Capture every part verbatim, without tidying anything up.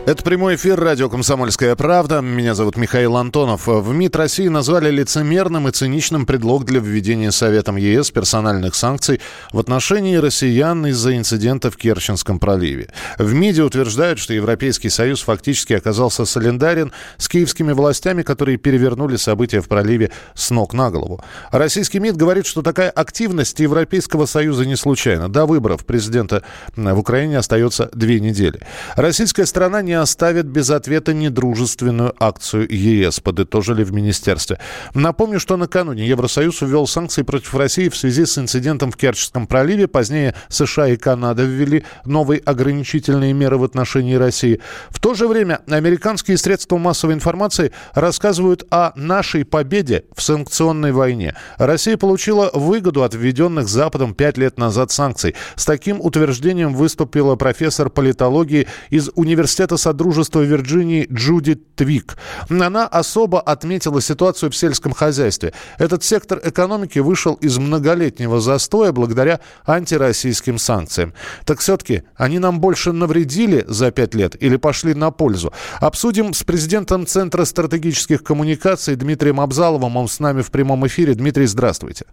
Это прямой эфир радио «Комсомольская правда». Меня зовут Михаил Антонов. В МИД России назвали лицемерным и циничным предлог для введения Советом ЕС персональных санкций в отношении россиян из-за инцидента в Керченском проливе. В МИДе утверждают, что Европейский Союз фактически оказался солидарен с киевскими властями, которые перевернули события в проливе с ног на голову. Российский МИД говорит, что такая активность Европейского Союза не случайна. До выборов президента в Украине остается две недели. Российская сторона не оставит без ответа недружественную акцию ЕС, подытожили в министерстве. Напомню, что накануне Евросоюз ввел санкции против России в связи с инцидентом в Керченском проливе. Позднее США и Канада ввели новые ограничительные меры в отношении России. В то же время американские средства массовой информации рассказывают о нашей победе в санкционной войне. Россия получила выгоду от введенных Западом пять лет назад санкций. С таким утверждением выступила профессор политологии из Университета Содружества Вирджинии Джудит Твик. Она особо отметила ситуацию в сельском хозяйстве. Этот сектор экономики вышел из многолетнего застоя благодаря антироссийским санкциям. Так все-таки они нам больше навредили за пять лет или пошли на пользу? Обсудим с президентом Центра стратегических коммуникаций Дмитрием Абзаловым. Он с нами в прямом эфире. Дмитрий, здравствуйте.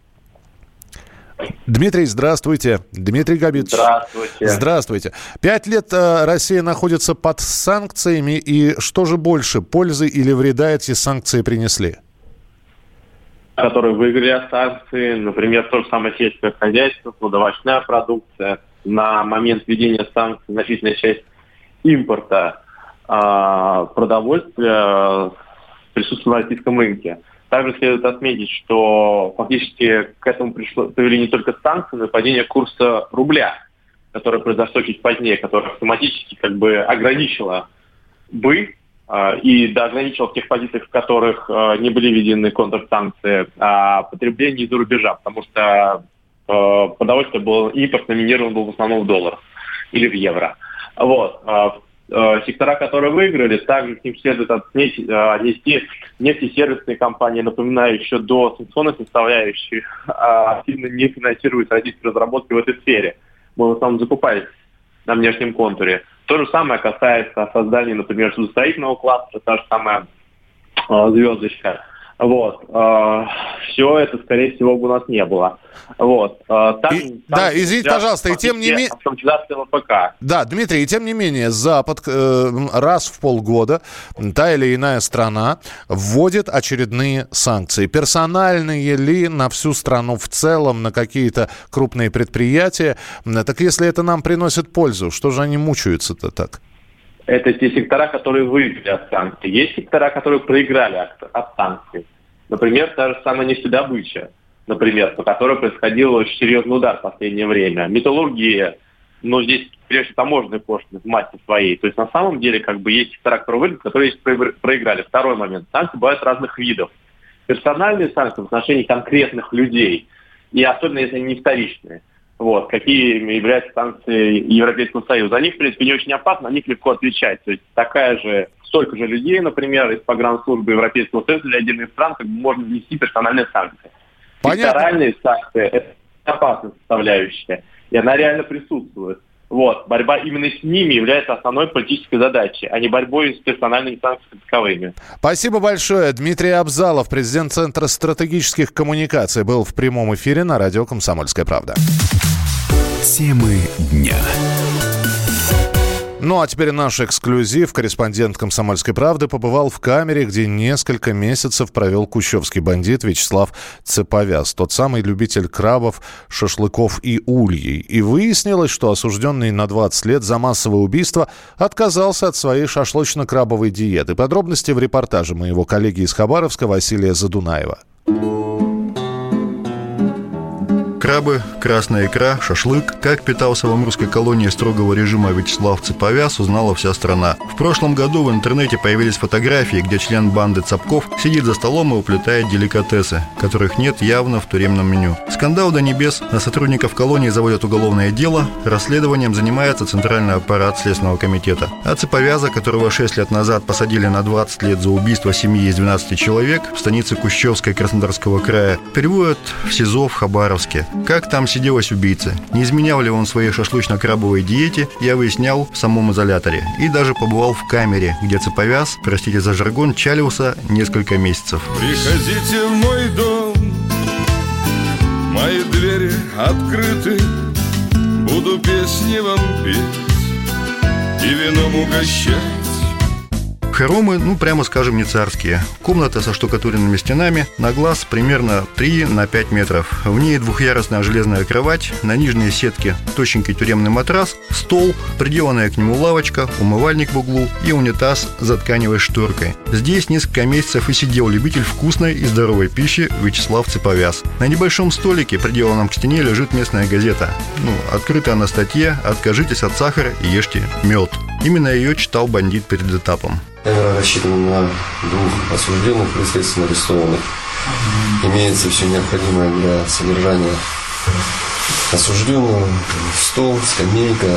Дмитрий, здравствуйте. Дмитрий Габитович. Здравствуйте. Здравствуйте. Пять лет э, Россия находится под санкциями. И что же больше, пользы или вреда эти санкции принесли? Которые выиграли от санкций, например, то же самое сельское хозяйство, плодовочная продукция. На момент введения санкций значительная часть импорта э, продовольствия присутствует на российском рынке. Также следует отметить, что фактически к этому пришло, привели не только санкции, но и падение курса рубля, которое произошло чуть позднее, которое автоматически как бы ограничило бы э, и да, ограничило в тех позициях, в которых э, не были введены контрсанкции, а потребление из-за рубежа, потому что э, продовольствие было, импорт номинирован был в основном в долларах или в евро. Вот. Сектора, которые выиграли, также к ним следует отнести нефтесервисные компании. Напоминаю, еще до санкционной составляющей активно не финансируют российские разработки в этой сфере. Мы в основном закупались на внешнем контуре. То же самое касается создания, например, судостроительного кластера, та же самая звездочка. Вот. Все это, скорее всего, бы у нас не было. Вот. Там, и, там, да, извините, пожалуйста, и тем не менее... Автоматизация ВПК. Да, Дмитрий, и тем не менее, Запад э, раз в полгода, та или иная страна вводит очередные санкции. Персональные ли, на всю страну в целом, на какие-то крупные предприятия. Так если это нам приносит пользу, что же они мучаются-то так? Это те сектора, которые выиграли от санкций. Есть сектора, которые проиграли от, от санкций. Например, та же самая нефтедобыча, например, по которой происходил очень серьезный удар в последнее время. Металлургия, но здесь прежде таможенные пошлины в массе своей. То есть на самом деле как бы есть сектора, которые выиграли, которые есть проиграли. Второй момент. Санкции бывают разных видов. Персональные санкции в отношении конкретных людей, и особенно если они не вторичные. Вот, какие являются санкции Европейского Союза. Они, в принципе, не очень опасны, на них легко отвечать. То есть такая же, столько же людей, например, из погранслужбы Европейского Союза для отдельных стран, как бы можно внести персональные санкции. Секторальные санкции – это опасная составляющая, и она реально присутствует. Вот, борьба именно с ними является основной политической задачей, а не борьбой с персональными санкциями таковыми. Спасибо большое. Дмитрий Абзалов, президент Центра стратегических коммуникаций, был в прямом эфире на радио «Комсомольская правда». Темы дня. Ну, а теперь наш эксклюзив. Корреспондент «Комсомольской правды» побывал в камере, где несколько месяцев провел кущевский бандит Вячеслав Цеповяз. Тот самый любитель крабов, шашлыков и ульей. И выяснилось, что осужденный на двадцать лет за массовое убийство отказался от своей шашлычно-крабовой диеты. Подробности в репортаже моего коллеги из Хабаровска Василия Задунаева. Крабы, красная икра, шашлык. Как питался в амурской колонии строгого режима Вячеслав Цеповяз, узнала вся страна. В прошлом году в интернете появились фотографии, где член банды Цапков сидит за столом и уплетает деликатесы, которых нет явно в тюремном меню. Скандал до небес. На сотрудников колонии заводят уголовное дело. Расследованием занимается Центральный аппарат Следственного комитета. А Цеповяза, которого шесть лет назад посадили на двадцать лет за убийство семьи из двенадцати человек в станице Кущевской Краснодарского края, переводят в СИЗО в Хабаровске. Как там сиделось убийце? Не изменял ли он своей шашлычно-крабовой диете, я выяснял в самом изоляторе. И даже побывал в камере, где цеповяз, простите за жаргон, чалился несколько месяцев. Приходите в мой дом, мои двери открыты, буду песни вам петь и вином угощать. Хоромы, ну, прямо скажем, не царские. Комната со штукатуренными стенами, на глаз примерно три на пять метров. В ней двухъярусная железная кровать, на нижней сетке тощенький тюремный матрас, стол, приделанная к нему лавочка, умывальник в углу и унитаз за тканевой шторкой. Здесь несколько месяцев и сидел любитель вкусной и здоровой пищи Вячеслав Цеповяз. На небольшом столике, приделанном к стене, лежит местная газета. Ну, открытая на статье «Откажитесь от сахара и ешьте мед». Именно ее читал бандит перед этапом. Камера рассчитана на двух осужденных и следственно арестованных. Имеется все необходимое для содержания осужденного: стол, скамейка,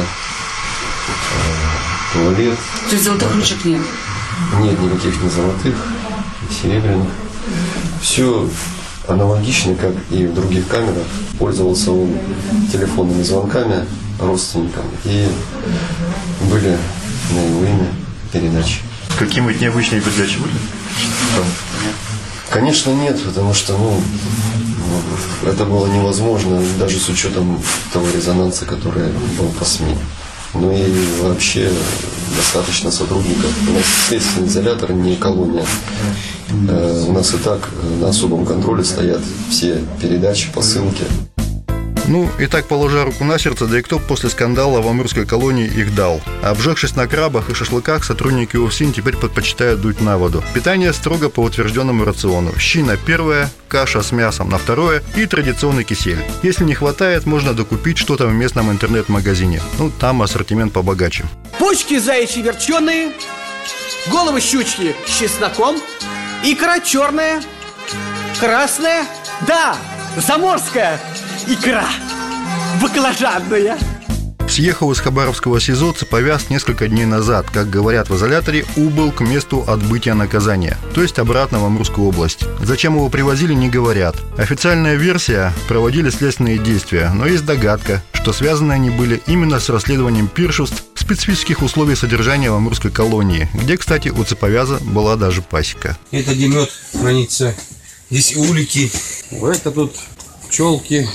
туалет. То есть золотых ручек нет? Нет никаких ни золотых, ни серебряных. Все аналогично, как и в других камерах. Пользовался он телефонными звонками родственникам, и были на его имя передачи. Какие-нибудь необычные передачи были? Конечно, нет, потому что, ну, это было невозможно, даже с учетом того резонанса, который был по СМИ. Ну и вообще достаточно сотрудников. У нас следственный изолятор, не колония. У нас и так на особом контроле стоят все передачи, посылки. Ну, и так, положа руку на сердце, да и кто после скандала в амурской колонии их дал. Обжегшись на крабах и шашлыках, сотрудники УФСИН теперь предпочитают дуть на воду. Питание строго по утвержденному рациону. Щи на первое, каша с мясом на второе и традиционный кисель. Если не хватает, можно докупить что-то в местном интернет-магазине. Ну, там ассортимент побогаче. Почки заячьи верченые, головы щучки с чесноком, икра черная, красная, да, заморская икра баклажанная. Съехал из хабаровского СИЗО Цеповяз несколько дней назад, как говорят в изоляторе, убыл к месту отбытия наказания, то есть обратно в Амурскую область. Зачем его привозили, не говорят. Официальная версия – проводили следственные действия, но есть догадка, что связаны они были именно с расследованием пиршеств специфических условий содержания в Амурской колонии, где, кстати, у Цеповяза была даже пасека. Это где мед хранится, здесь улики, это тут пчелки.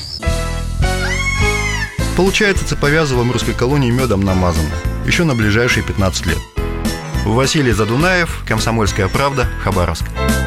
Получается, Цеповязу в Амурской колонии медом намазано. Еще на ближайшие пятнадцать лет. Василий Задунаев, «Комсомольская правда», Хабаровск.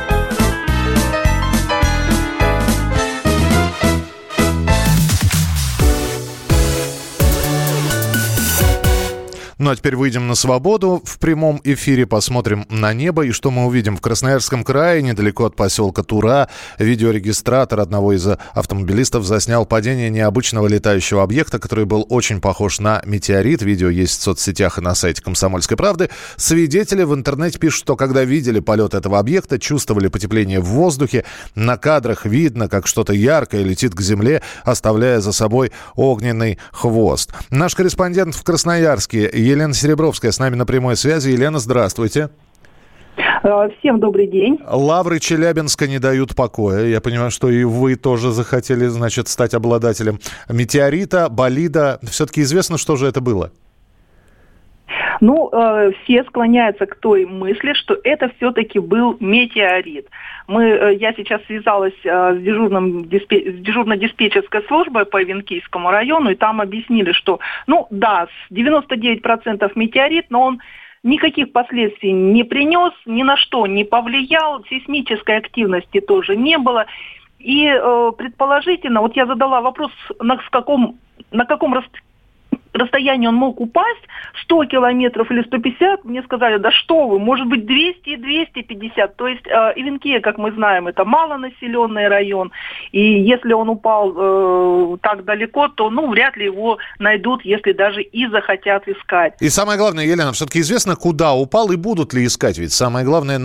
Ну а теперь выйдем на свободу. В прямом эфире посмотрим на небо. И что мы увидим? В Красноярском крае, недалеко от поселка Тура, видеорегистратор одного из автомобилистов заснял падение необычного летающего объекта, который был очень похож на метеорит. Видео есть в соцсетях и на сайте «Комсомольской правды». Свидетели в интернете пишут, что когда видели полет этого объекта, чувствовали потепление в воздухе. На кадрах видно, как что-то яркое летит к земле, оставляя за собой огненный хвост. Наш корреспондент в Красноярске Елена Серебровская с нами на прямой связи. Елена, здравствуйте. Всем добрый день. Лавры Челябинска не дают покоя. Я понимаю, что и вы тоже захотели, значит, стать обладателем метеорита, болида. Все-таки известно, что же это было? Ну, э, все склоняются к той мысли, что это все-таки был метеорит. Мы, э, я сейчас связалась э, с, дежурным диспе- с дежурно-диспетчерской службой по Венкийскому району, и там объяснили, что, ну да, девяносто девять процентов метеорит, но он никаких последствий не принес, ни на что не повлиял, сейсмической активности тоже не было. И э, предположительно, вот я задала вопрос, на, с каком, на каком расстоянии, расстояние он мог упасть, сто километров или сто пятьдесят, мне сказали, да что вы, может быть двести и двести пятьдесят. То есть э, Ивенкия, как мы знаем, это малонаселенный район, и если он упал э, так далеко, то ну вряд ли его найдут, если даже и захотят искать. И самое главное, Елена, все-таки известно, куда упал и будут ли искать, ведь самое главное,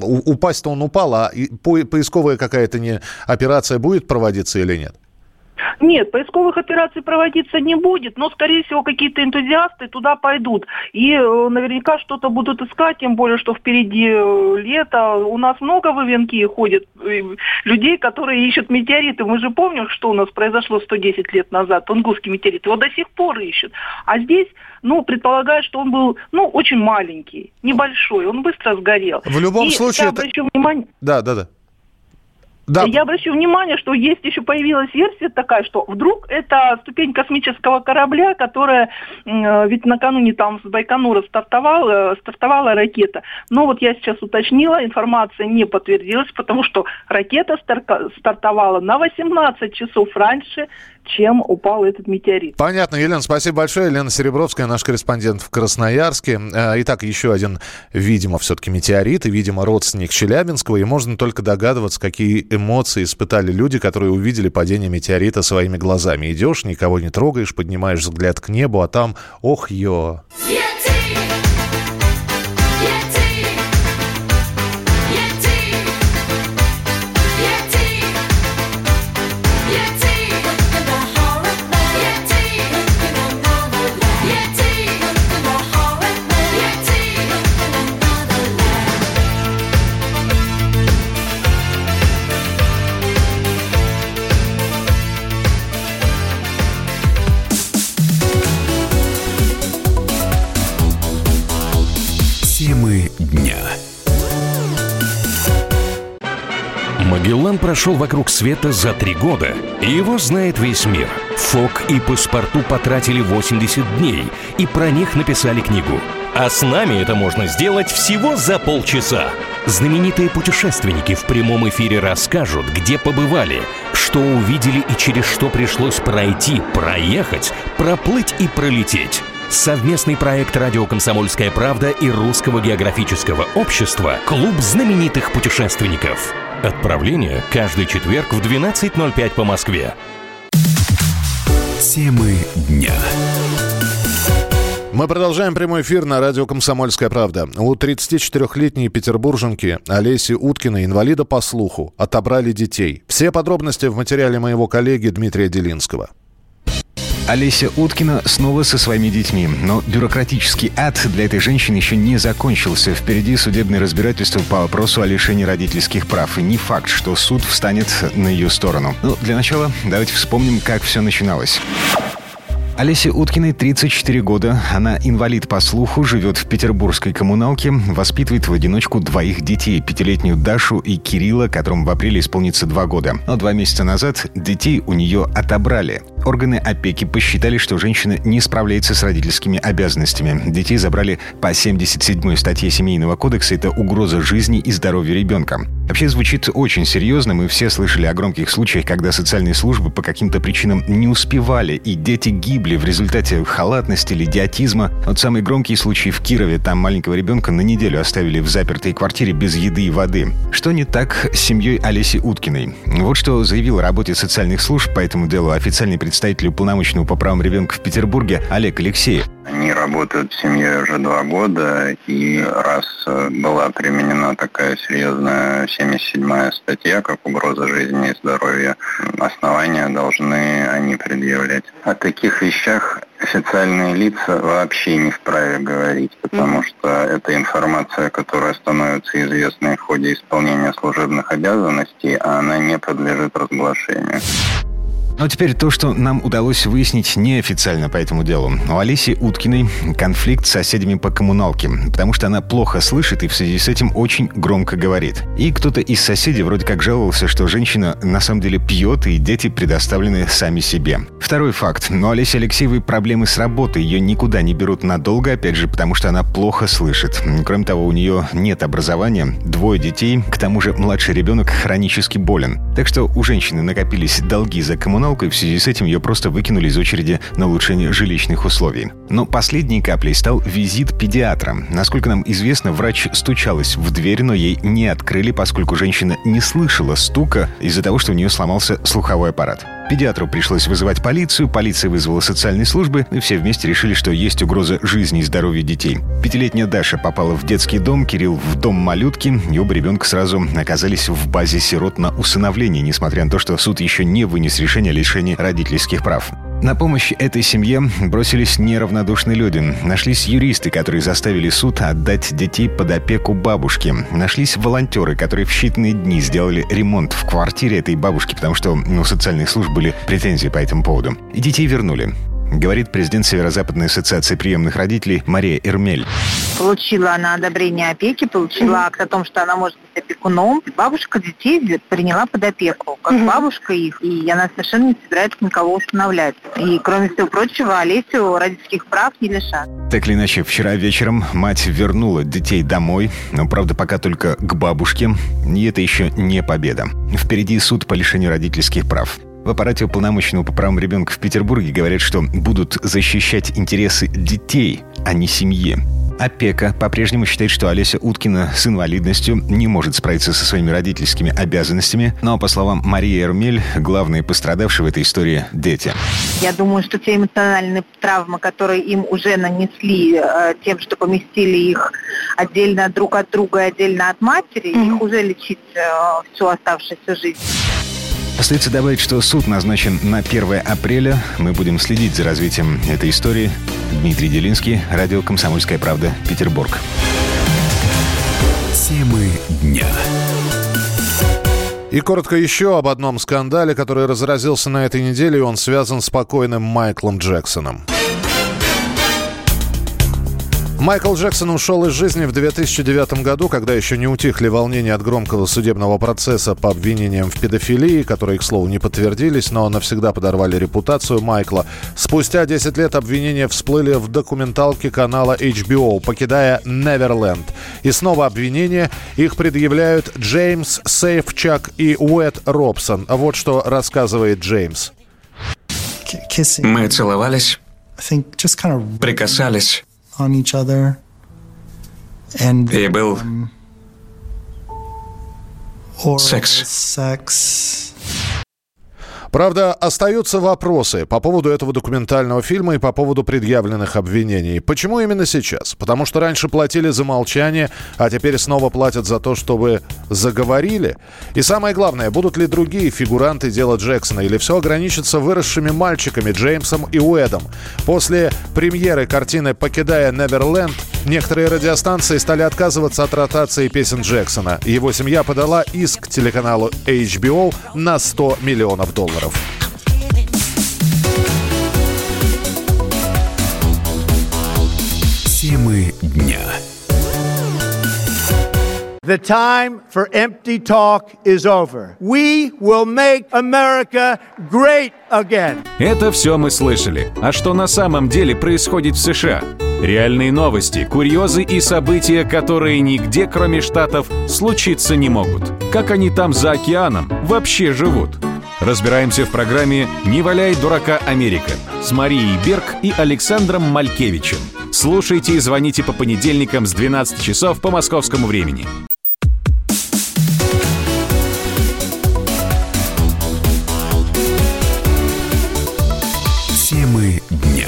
упасть-то он упал, а поисковая какая-то не операция будет проводиться или нет? Нет, поисковых операций проводиться не будет, но, скорее всего, какие-то энтузиасты туда пойдут. И наверняка что-то будут искать, тем более, что впереди лето. У нас много в Ивенки ходит людей, которые ищут метеориты. Мы же помним, что у нас произошло сто десять лет назад, Тунгусский метеорит. Его до сих пор ищут. А здесь, ну, предполагают, что он был, ну, очень маленький, небольшой. Он быстро сгорел. В любом И случае... я это... обращу внимание... Да, да, да. Да. Я обращу внимание, что есть еще появилась версия такая, что вдруг это ступень космического корабля, которая, э, ведь накануне там с Байконура стартовала, стартовала ракета. Но вот я сейчас уточнила, информация не подтвердилась, потому что ракета старка, стартовала на восемнадцать часов раньше, чем упал этот метеорит. Понятно, Елена, спасибо большое. Елена Серебровская, наш корреспондент в Красноярске. Итак, еще один, видимо, все-таки метеорит, и, видимо, родственник Челябинского. И можно только догадываться, какие эмоции испытали люди, которые увидели падение метеорита своими глазами. Идешь, никого не трогаешь, поднимаешь взгляд к небу, а там, ох-ё. Темы дня. Магеллан прошел вокруг света за три года, и его знает весь мир. Фок и Паспарту потратили восемьдесят дней, и про них написали книгу. А с нами это можно сделать всего за полчаса. Знаменитые путешественники в прямом эфире расскажут, где побывали, что увидели и через что пришлось пройти, проехать, проплыть и пролететь. Совместный проект «Радио Комсомольская правда» и Русского географического общества «Клуб знаменитых путешественников». Отправление каждый четверг в двенадцать ноль пять по Москве. Темы дня. Мы продолжаем прямой эфир на радио «Комсомольская правда». У тридцатичетырёхлетней петербурженки Олеси Уткиной, инвалида по слуху, отобрали детей. Все подробности в материале моего коллеги Дмитрия Делинского. Олеся Уткина снова со своими детьми. Но бюрократический ад для этой женщины еще не закончился. Впереди судебное разбирательство по вопросу о лишении родительских прав. И не факт, что суд встанет на ее сторону. Но для начала давайте вспомним, как все начиналось. Олесе Уткиной тридцать четыре года. Она инвалид по слуху, живет в петербургской коммуналке, воспитывает в одиночку двоих детей. Пятилетнюю Дашу и Кирилла, которому в апреле исполнится два года. Но два месяца назад детей у нее отобрали. Органы опеки посчитали, что женщина не справляется с родительскими обязанностями. Детей забрали по семьдесят седьмой статье Семейного кодекса. Это угроза жизни и здоровью ребенка. Вообще звучит очень серьезно. Мы все слышали о громких случаях, когда социальные службы по каким-то причинам не успевали, и дети гибли в результате халатности или идиотизма. Вот самый громкий случай в Кирове. Там маленького ребенка на неделю оставили в запертой квартире без еды и воды. Что не так с семьей Олеси Уткиной? Вот что заявил о работе социальных служб по этому делу официальный представитель уполномоченного по правам ребенка в Петербурге Олег Алексеев. Они работают с семьей уже два года, и раз была применена такая серьезная семьдесят седьмая статья, как угроза жизни и здоровья, основания должны они предъявлять. О таких вещах официальные лица вообще не вправе говорить, потому что это информация, которая становится известной в ходе исполнения служебных обязанностей, а она не подлежит разглашению. Но теперь то, что нам удалось выяснить неофициально по этому делу. У Олеси Уткиной конфликт с соседями по коммуналке, потому что она плохо слышит и в связи с этим очень громко говорит. И кто-то из соседей вроде как жаловался, что женщина на самом деле пьет, и дети предоставлены сами себе. Второй факт. У Олеси Алексеевой проблемы с работой. Ее никуда не берут надолго, опять же, потому что она плохо слышит. Кроме того, у нее нет образования, двое детей, к тому же младший ребенок хронически болен. Так что у женщины накопились долги за коммуналку, и в связи с этим ее просто выкинули из очереди на улучшение жилищных условий. Но последней каплей стал визит педиатра. Насколько нам известно, врач стучалась в дверь, но ей не открыли, поскольку женщина не слышала стука из-за того, что у нее сломался слуховой аппарат. Педиатру пришлось вызывать полицию, полиция вызвала социальные службы, и все вместе решили, что есть угроза жизни и здоровью детей. Пятилетняя Даша попала в детский дом, Кирилл в дом малютки, и оба ребенка сразу оказались в базе сирот на усыновление, несмотря на то, что суд еще не вынес решение о лишении родительских прав. На помощь этой семье бросились неравнодушные люди. Нашлись юристы, которые заставили суд отдать детей под опеку бабушки. Нашлись волонтеры, которые в считанные дни сделали ремонт в квартире этой бабушки, потому что у социальных служб были претензии по этому поводу. И детей вернули. Говорит президент Северо-Западной ассоциации приемных родителей Мария Эрмель. Получила она одобрение опеки, получила акт о том, что она может быть опекуном. Бабушка детей приняла под опеку, как mm-hmm. бабушка их, и она совершенно не собирается никого усыновлять. И, кроме всего прочего, Олесю родительских прав не лишат. Так или иначе, вчера вечером мать вернула детей домой, но, правда, пока только к бабушке, и это еще не победа. Впереди суд по лишению родительских прав. В аппарате уполномоченного по правам ребенка в Петербурге говорят, что будут защищать интересы детей, а не семьи. Опека по-прежнему считает, что Олеся Уткина с инвалидностью не может справиться со своими родительскими обязанностями. Но, по словам Марии Эрмель, главные пострадавшие в этой истории – дети. Я думаю, что те эмоциональные травмы, которые им уже нанесли э, тем, что поместили их отдельно друг от друга, отдельно от матери, mm-hmm. их уже лечить э, всю оставшуюся жизнь. Остается добавить, что суд назначен на первое апреля. Мы будем следить за развитием этой истории. Дмитрий Делинский, радио «Комсомольская правда», Петербург. Темы дня. И коротко еще об одном скандале, который разразился на этой неделе, и он связан с покойным Майклом Джексоном. Майкл Джексон ушел из жизни в две тысячи девятом году, когда еще не утихли волнения от громкого судебного процесса по обвинениям в педофилии, которые, к слову, не подтвердились, но навсегда подорвали репутацию Майкла. Спустя десять лет обвинения всплыли в документалке канала эйч би о, покидая Неверленд. И снова обвинения. Их предъявляют Джеймс Сейфчак и Уэд Робсон. Вот что рассказывает Джеймс. Мы целовались, прикасались. On each other. And, и был um, секс. секс. Правда, остаются вопросы по поводу этого документального фильма и по поводу предъявленных обвинений. Почему именно сейчас? Потому что раньше платили за молчание, а теперь снова платят за то, чтобы заговорили? И самое главное, будут ли другие фигуранты дела Джексона, или все ограничится выросшими мальчиками Джеймсом и Уэдом? После премьеры картины «Покидая Неверленд» некоторые радиостанции стали отказываться от ротации песен Джексона. Его семья подала иск телеканалу эйч би о на сто миллионов долларов. Темы дня. The time for empty talk is over. We will make America great again. Это все мы слышали. А что на самом деле происходит в США? Реальные новости, курьезы и события, которые нигде, кроме Штатов, случиться не могут. Как они там за океаном вообще живут? Разбираемся в программе «Не валяй дурака, Америка» с Марией Берг и Александром Малькевичем. Слушайте и звоните по понедельникам с двенадцати часов по московскому времени. Темы дня.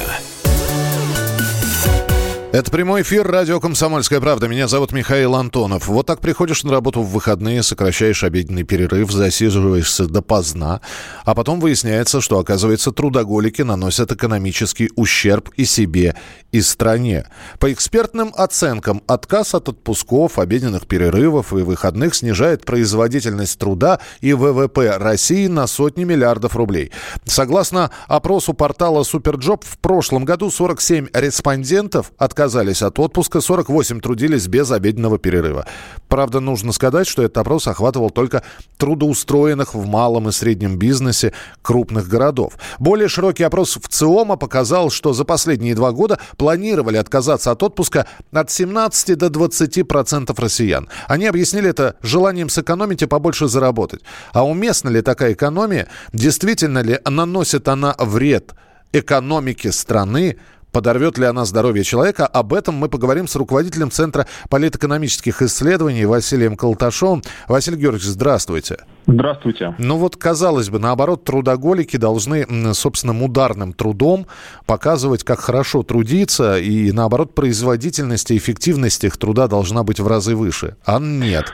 Это прямой эфир радио «Комсомольская правда». Меня зовут Михаил Антонов. Вот так приходишь на работу в выходные, сокращаешь обеденный перерыв, засиживаешься допоздна, а потом выясняется, что, оказывается, трудоголики наносят экономический ущерб и себе, и стране. По экспертным оценкам, отказ от отпусков, обеденных перерывов и выходных снижает производительность труда и вэ вэ пэ России на сотни миллиардов рублей. Согласно опросу портала «Суперджоп», в прошлом году сорок семь респондентов отказались отказались от отпуска, сорок восемь трудились без обеденного перерыва. Правда, нужно сказать, что этот опрос охватывал только трудоустроенных в малом и среднем бизнесе крупных городов. Более широкий опрос в ЦИОМа показал, что за последние два года планировали отказаться от отпуска от семнадцати до двадцати процентов россиян. Они объяснили это желанием сэкономить и побольше заработать. А уместна ли такая экономия? Действительно ли наносит она вред экономике страны? Подорвет ли она здоровье человека? Об этом мы поговорим с руководителем Центра политэкономических исследований Василием Колташовым. Василий Георгиевич, здравствуйте. Здравствуйте. Ну вот, казалось бы, наоборот, трудоголики должны собственным ударным трудом показывать, как хорошо трудиться, и наоборот, производительность и эффективность их труда должна быть в разы выше. А нет.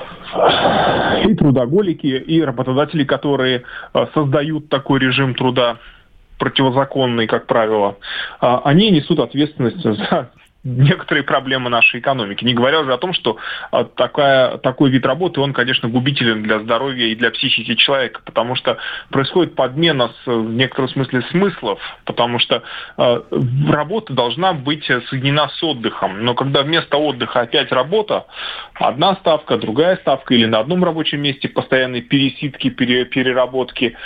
И трудоголики, и работодатели, которые создают такой режим труда, противозаконный, как правило, они несут ответственность за некоторые проблемы нашей экономики. Не говоря уже о том, что такая, такой вид работы, он, конечно, губителен для здоровья и для психики человека, потому что происходит подмена с, в некотором смысле смыслов, потому что э, работа должна быть соединена с отдыхом. Но когда вместо отдыха опять работа, одна ставка, другая ставка, или на одном рабочем месте постоянные пересидки, пере, переработки,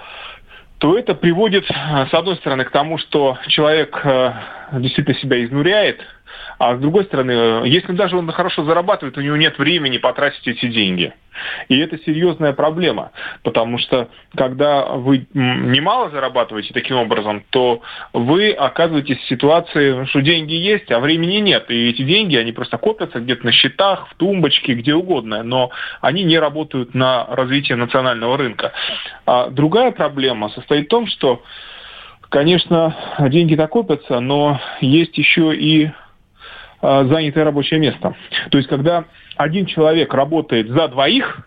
то это приводит, с одной стороны, к тому, что человек действительно себя изнуряет, а с другой стороны, если даже он хорошо зарабатывает, у него нет времени потратить эти деньги. И это серьезная проблема, потому что когда вы немало зарабатываете таким образом, то вы оказываетесь в ситуации, что деньги есть, а времени нет. И эти деньги, они просто копятся где-то на счетах, в тумбочке, где угодно, но они не работают на развитие национального рынка. А другая проблема состоит в том, что, конечно, деньги-то копятся, но есть еще и занятое рабочее место. То есть, когда один человек работает за двоих,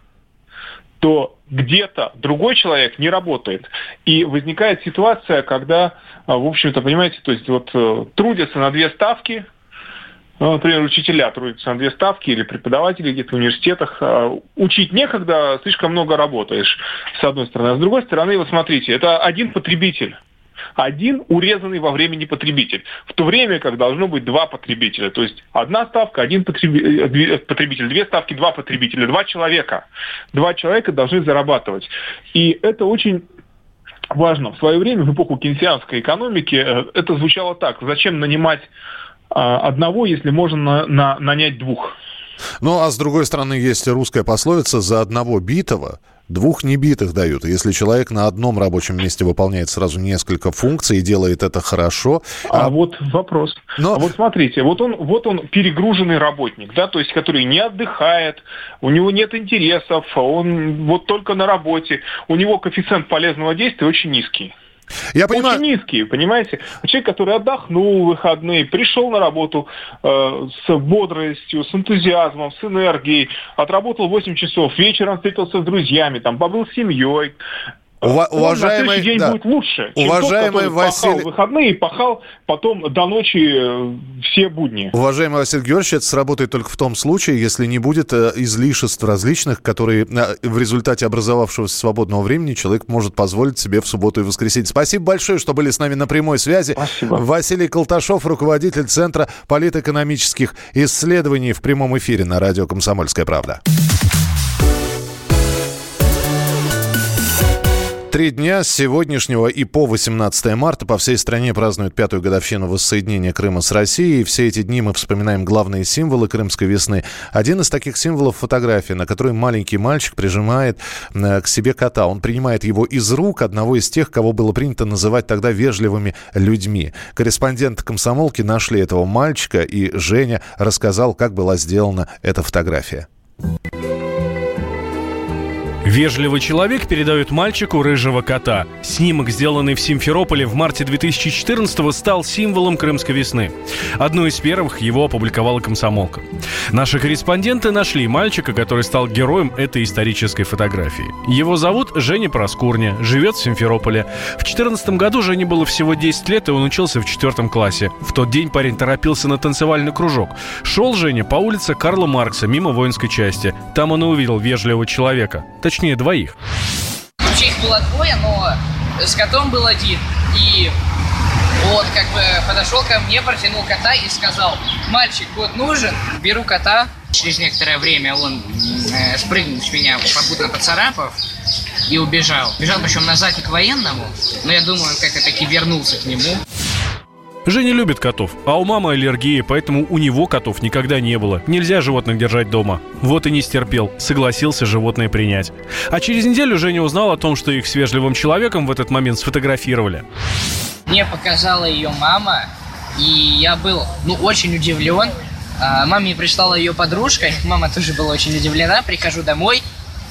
то где-то другой человек не работает. И возникает ситуация, когда, в общем-то, понимаете, то есть вот трудятся на две ставки, например, учителя трудятся на две ставки или преподаватели где-то в университетах. Учить некогда, слишком много работаешь, с одной стороны. А с другой стороны, вот смотрите, это один потребитель. Один урезанный во времени потребитель. В то время как должно быть два потребителя. То есть одна ставка, один потребитель, две ставки, два потребителя, два человека. Два человека должны зарабатывать. И это очень важно. В свое время, в эпоху кейнсианской экономики, это звучало так. Зачем нанимать одного, если можно на, на, нанять двух? Ну, а с другой стороны, есть русская пословица: за одного битого двух небитых дают. Если человек на одном рабочем месте выполняет сразу несколько функций и делает это хорошо... А, а... вот вопрос. Но... А вот смотрите, вот он, вот он перегруженный работник, да, то есть который не отдыхает, у него нет интересов, он вот только на работе, у него коэффициент полезного действия очень низкий. Я понимаю. Очень низкие, понимаете? Человек, который отдохнул в выходные, пришел на работу э, с бодростью, с энтузиазмом, с энергией, отработал восемь часов, вечером встретился с друзьями, там, побыл с семьей. Ува- он уважаемый, на следующий день да. будет лучше, чем уважаемый тот, который Василий... пахал в выходные и пахал потом до ночи все будни. Уважаемый Василий Георгиевич, это сработает только в том случае, если не будет излишеств различных, которые в результате образовавшегося свободного времени человек может позволить себе в субботу и воскресенье. Спасибо большое, что были с нами на прямой связи. Спасибо. Василий Колташов, руководитель Центра политэкономических исследований, в прямом эфире на радио «Комсомольская правда». Три дня с сегодняшнего и по восемнадцатое марта по всей стране празднуют пятую годовщину воссоединения Крыма с Россией. И все эти дни мы вспоминаем главные символы крымской весны. Один из таких символов — фотография, на которой маленький мальчик прижимает к себе кота. Он принимает его из рук одного из тех, кого было принято называть тогда вежливыми людьми. Корреспонденты «Комсомолки» нашли этого мальчика, и Женя рассказал, как была сделана эта фотография. Вежливый человек передает мальчику рыжего кота. Снимок, сделанный в Симферополе в марте две тысячи четырнадцатого, стал символом крымской весны. Одну из первых его опубликовала «Комсомолка». Наши корреспонденты нашли мальчика, который стал героем этой исторической фотографии. Его зовут Женя Проскурня, живет в Симферополе. В две тысячи четырнадцатом году Жене было всего десять лет, и он учился в четвертом классе. В тот день парень торопился на танцевальный кружок. Шел Женя по улице Карла Маркса, мимо воинской части. Там он и увидел вежливого человека. Точнее, двоих. Вообще их было двое, но с котом был один. И он как бы подошел ко мне, протянул кота и сказал: мальчик, кот нужен? Беру кота. Через некоторое время он э, спрыгнул с меня, попутно поцарапав, и убежал. Бежал причем назад и к военному, но я думаю, он как-то таки вернулся к нему. Женя любит котов, а у мамы аллергия, поэтому у него котов никогда не было. Нельзя животных держать дома. Вот и не стерпел, согласился животное принять. А через неделю Женя узнал о том, что их с вежливым человеком в этот момент сфотографировали. Мне показала ее мама, и я был, ну, очень удивлен. А, маме прислала ее подружка, мама тоже была очень удивлена. Прихожу домой,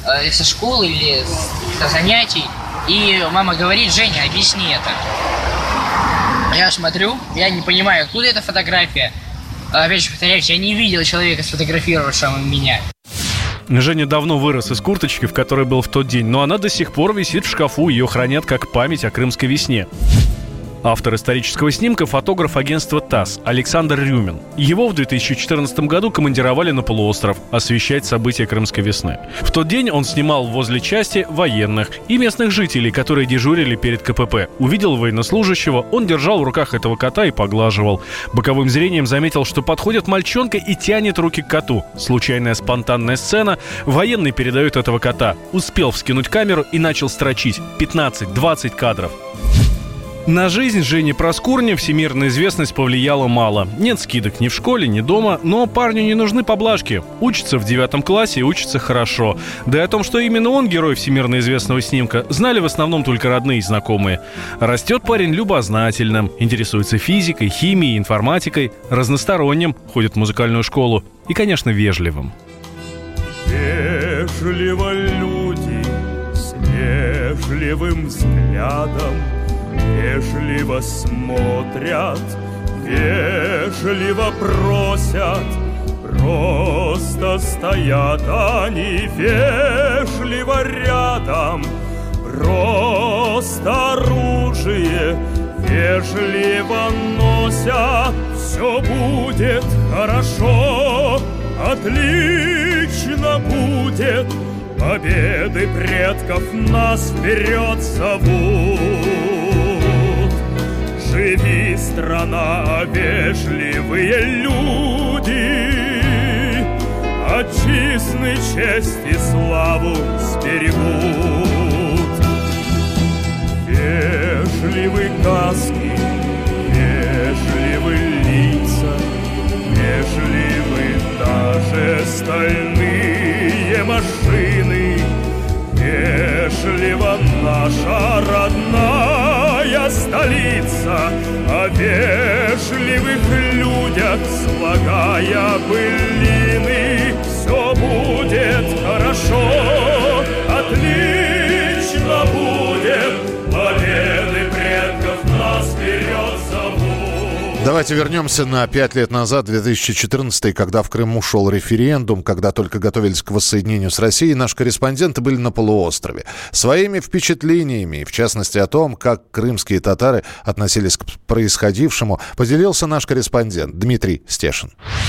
э, со школы или со занятий, и мама говорит: Женя, объясни это. Я смотрю, я не понимаю, откуда эта фотография. Опять же повторяюсь, я не видел человека, сфотографировавшего меня. Женя давно вырос из курточки, в которой был в тот день, но она до сих пор висит в шкафу, ее хранят как память о крымской весне. Автор исторического снимка – фотограф агентства ТАСС Александр Рюмин. Его в две тысячи четырнадцатом году командировали на полуостров освещать события крымской весны. В тот день он снимал возле части военных и местных жителей, которые дежурили перед КПП. Увидел военнослужащего, он держал в руках этого кота и поглаживал. Боковым зрением заметил, что подходит мальчонка и тянет руки к коту. Случайная спонтанная сцена. Военный передает этого кота. Успел вскинуть камеру и начал строчить. пятнадцать-двадцать кадров. На жизнь Жени Проскурни всемирная известность повлияла мало. Нет скидок ни в школе, ни дома, но парню не нужны поблажки. Учится в девятом классе и учится хорошо. Да и о том, что именно он герой всемирно известного снимка, знали в основном только родные и знакомые. Растет парень любознательным, интересуется физикой, химией, информатикой, разносторонним, ходит в музыкальную школу и, конечно, вежливым. Вежливо люди с вежливым взглядом вежливо смотрят, вежливо просят, просто стоят они вежливо рядом, просто оружие вежливо носят. Все будет хорошо, отлично будет, победы предков нас вперед зовут. Живи, страна, вежливые люди, отчизны честь и славу сберегут. Вежливы каски, вежливы лица, вежливы даже стальные машины. Вежлива наша родная столица, о вежливых людях слагая былины. Все будет хорошо, отлично будет, победы предков нас вперед зовут. Давайте вернемся на пять лет назад, две тысячи четырнадцатый, когда в Крыму шел референдум, когда только готовились к воссоединению с Россией. Наши корреспонденты были на полуострове. Своими впечатлениями, в частности о том, как крымские татары относились к происходившему, поделился наш корреспондент Дмитрий Стешин.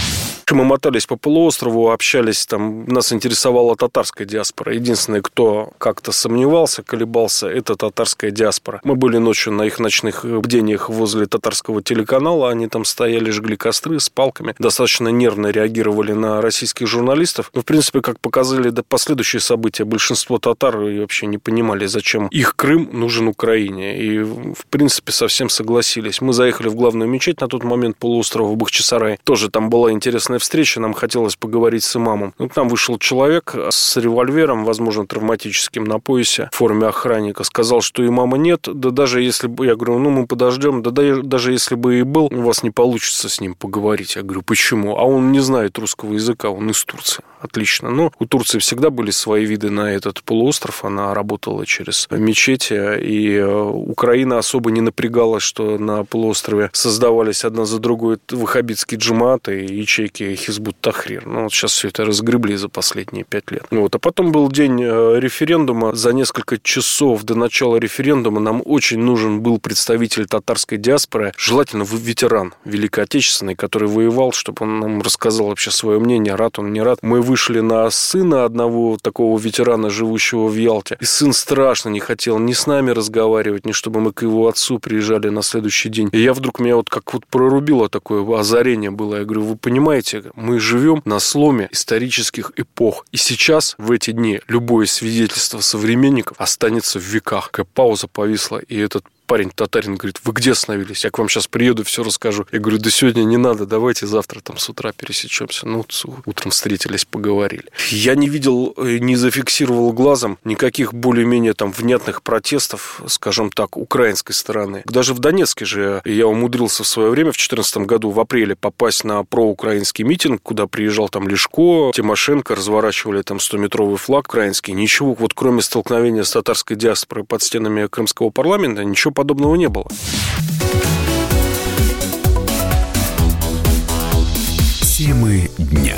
Мы мотались по полуострову, общались, там нас интересовала татарская диаспора. Единственное, кто как-то сомневался, колебался, это татарская диаспора. Мы были ночью на их ночных бдениях возле татарского телеканала, они там стояли, жгли костры с палками, достаточно нервно реагировали на российских журналистов. Но, в принципе, как показали да, последующие события, большинство татар вообще не понимали, зачем их Крым нужен Украине. И, в принципе, совсем согласились. Мы заехали в главную мечеть на тот момент полуострова, в Бахчисарай. Тоже там была интересная встреча, нам хотелось поговорить с имамом. Ну, к нам вышел человек с револьвером, возможно, травматическим на поясе, в форме охранника. Сказал, что имама нет, да даже если бы... Я говорю, ну, мы подождем, да даже если бы и был, у вас не получится с ним поговорить. Я говорю, почему? А он не знает русского языка, он из Турции. Отлично. Но у Турции всегда были свои виды на этот полуостров. Она работала через мечети, и Украина особо не напрягалась, что на полуострове создавались одна за другой ваххабитские джаматы и ячейки Хизбут Тахрир. Ну, вот сейчас все это разгребли за последние пять лет. Вот. А потом был день референдума. За несколько часов до начала референдума нам очень нужен был представитель татарской диаспоры, желательно ветеран Великой Отечественной, который воевал, чтобы он нам рассказал вообще свое мнение, рад он, не рад. Мы вышли на сына одного такого ветерана, живущего в Ялте. И сын страшно не хотел ни с нами разговаривать, ни чтобы мы к его отцу приезжали на следующий день. И я вдруг, меня вот как вот прорубило такое озарение было. Я говорю, вы понимаете, мы живем на сломе исторических эпох. И сейчас, в эти дни, любое свидетельство современников останется в веках. Какая пауза повисла, и этот парень татарин говорит: вы где остановились? Я к вам сейчас приеду, все расскажу. Я говорю: да сегодня не надо, давайте завтра там с утра пересечемся. Ну, утром встретились, поговорили. Я не видел, не зафиксировал глазом никаких более-менее там внятных протестов, скажем так, украинской стороны. Даже в Донецке же я умудрился в свое время, в две тысячи четырнадцатом году, в апреле, попасть на проукраинский митинг, куда приезжал там Лешко, Тимошенко, разворачивали там стометровый флаг украинский. Ничего, вот кроме столкновения с татарской диаспорой под стенами крымского парламента, ничего подобного не было. Темы дня.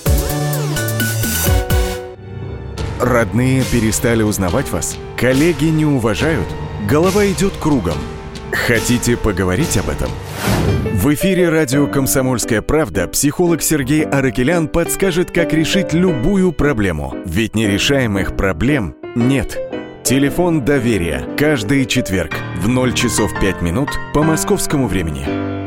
Родные перестали узнавать вас? Коллеги не уважают? Голова идет кругом. Хотите поговорить об этом? В эфире радио «Комсомольская правда» психолог Сергей Аракелян подскажет, как решить любую проблему. Ведь нерешаемых проблем нет. Телефон доверия. Каждый четверг в ноль часов пять минут по московскому времени.